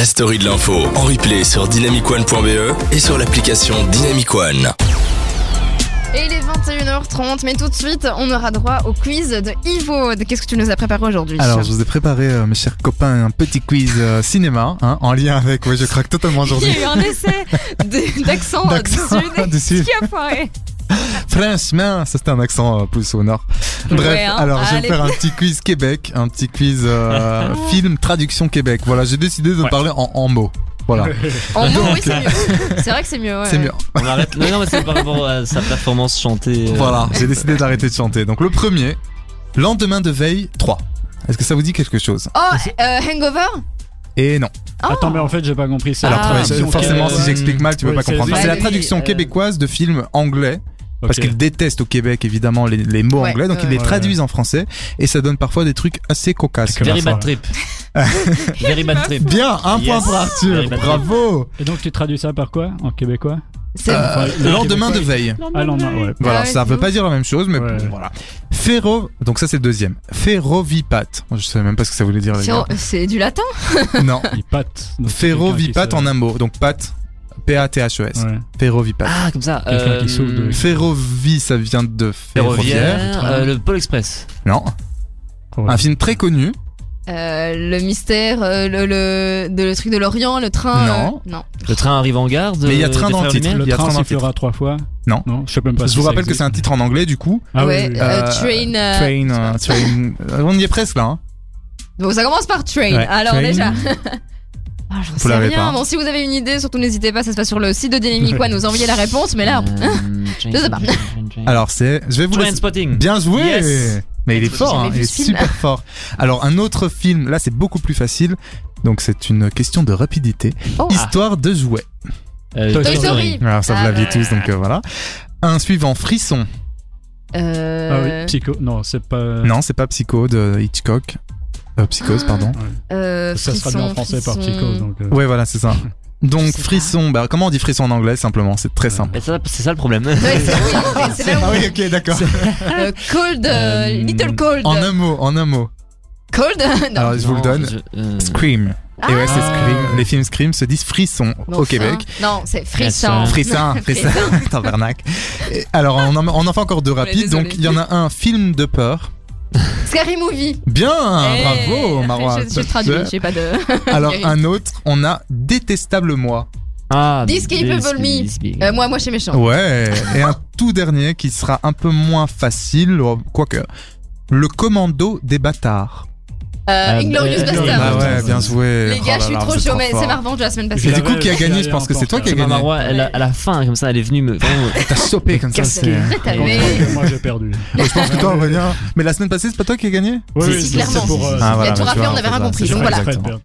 la story de l'info en replay sur dynamicone.be et sur l'application Dynamic One. Et il est 21h30, mais tout de suite, on aura droit au quiz de Yvo. Qu'est-ce que tu nous as préparé aujourd'hui ? Alors, je vous ai préparé, mes chers copains, un petit quiz cinéma, en lien avec... Ouais, je craque totalement aujourd'hui. Il y a eu un essai d'accent du Sud qui a foiré. Franchement, ça c'était un accent plus au nord. Bref, Ouais, hein. alors je vais faire un petit quiz Québec, un petit quiz film traduction Québec. Voilà, j'ai décidé de parler en mots. Voilà. En mots, oui, c'est mieux. C'est vrai que c'est mieux. Ouais. C'est mieux. On arrête. Non, mais c'est par rapport à sa performance chantée. Voilà, j'ai décidé d'arrêter de chanter. Donc le premier, Lendemain de veille 3. Est-ce que ça vous dit quelque chose ? Oh, Hangover ? Et non. Oh. Attends, mais en fait, j'ai pas compris. C'est Alors, la traduction forcément, si j'explique mal, tu peux ouais, pas comprendre. c'est- C'est la Ouais, traduction québécoise de films anglais. Parce Ok. qu'ils détestent au Québec évidemment les mots Ouais, anglais, donc ils les ouais. traduisent en français et ça donne parfois des trucs assez cocasses. D'accord. Very bad trip. Very bad trip. Bien, un point pour Arthur, Very bad trip. bravo. Et donc, tu traduis ça par quoi en québécois? C'est le Lendemain de Québécois. veille. Ah, non, ouais. Voilà, ouais, ça c'est veut ouf. pas dire la même chose, mais Ouais. voilà. Donc ça c'est le deuxième. Ferrovipat. Je savais même pas ce que ça voulait dire les gars. c'est du latin ? Non. Il pâte. Donc, c'est Ferrovipat quelqu'un qui en un mot. Donc pat, P-A-T-H-E-S. Ouais. Ferrovipat. Ah, comme ça. Quelqu'un qui souffle de- Ferrovie, ça vient de ferroviaire. Ferroviaire. Le Pôle Express. Non. Ouais. Un film très connu. Le mystère, le truc de l'Orient, le train. Non. Non. Le train arrive en gare. Mais il y a train des dans le Frères titre. Lumière. Il y Le a train train dans le sifflera 3 fois. Non. Non, je sais même pas. Je si vous ça rappelle que existe. c'est un titre en anglais du coup. Ah Ouais, oui. train. On y est presque là. Hein. Donc ça commence par train. Ouais, Alors train. déjà. Ah, j'en Vous sais l'avez rien. pas. Bon, si vous avez une idée, surtout n'hésitez pas, ça se passe sur le site de Dynamic One, nous envoyer la réponse, mais là. Je sais pas. Alors c'est, je vais vous laisser. Trainspotting. Bien joué. Yes. Mais il est J'ai fort, jamais hein, vu il est ce film. super fort. Alors un autre film, là c'est beaucoup plus facile. Donc c'est une question de rapidité. Oh. Histoire de jouets. Toy Story. Alors ça vous Ah, l'aviez tous, donc voilà. Un suivant, Frisson. Ah oui, Psycho. Non, c'est pas. Non, c'est pas Psycho de Hitchcock. Psychose, pardon. Ça sera bien en français par Psycho. Donc, Ouais, voilà, c'est ça. Donc Je sais Frisson, bah comment on dit frisson en anglais simplement, c'est très simple. Et ça, c'est ça le problème. Ouais, c'est là où. Ah oui, ok, d'accord. Cold, Little Cold. En un mot. Cold Non. Alors je vous le donne. Scream. Et ouais, c'est Scream. Les films Scream se disent frisson Non, au ça. Québec. Non, c'est frisson. Frisson, tabarnak. Et alors on en fait encore deux rapides. désolé. Donc il y en a un, film de peur. Scary Movie. Bien, Eh, bravo Marois. Je traduis, j'ai pas de. Alors un autre, on a Détestable moi. Ah, Despicable Me. Moi, chez méchant. Ouais. Et un tout dernier qui sera un peu moins facile, quoique. Le commando des bâtards. Inglorious Bastard. Ah ouais, bien joué. Les gars, Oh là je suis là, trop vous êtes chaud, mais fort. c'est ma revanche de la semaine Et passée. du coup, qui a J'avais gagné ? Je pense que c'est toi qui as C'est ma gagné. Marois, à la fin, comme ça, elle est venue me. Vraiment, T'as chopé comme ça. Casqué. c'est- Mais- Moi, j'ai perdu. Je pense que toi, Aurélien. Mais la semaine passée, c'est pas toi qui as gagné ? Oui, Si, clairement. c'est pour. Ah, Il voilà, a tout tu rappelé, vois, on avait rien c'est compris. ça, Donc voilà. exactement.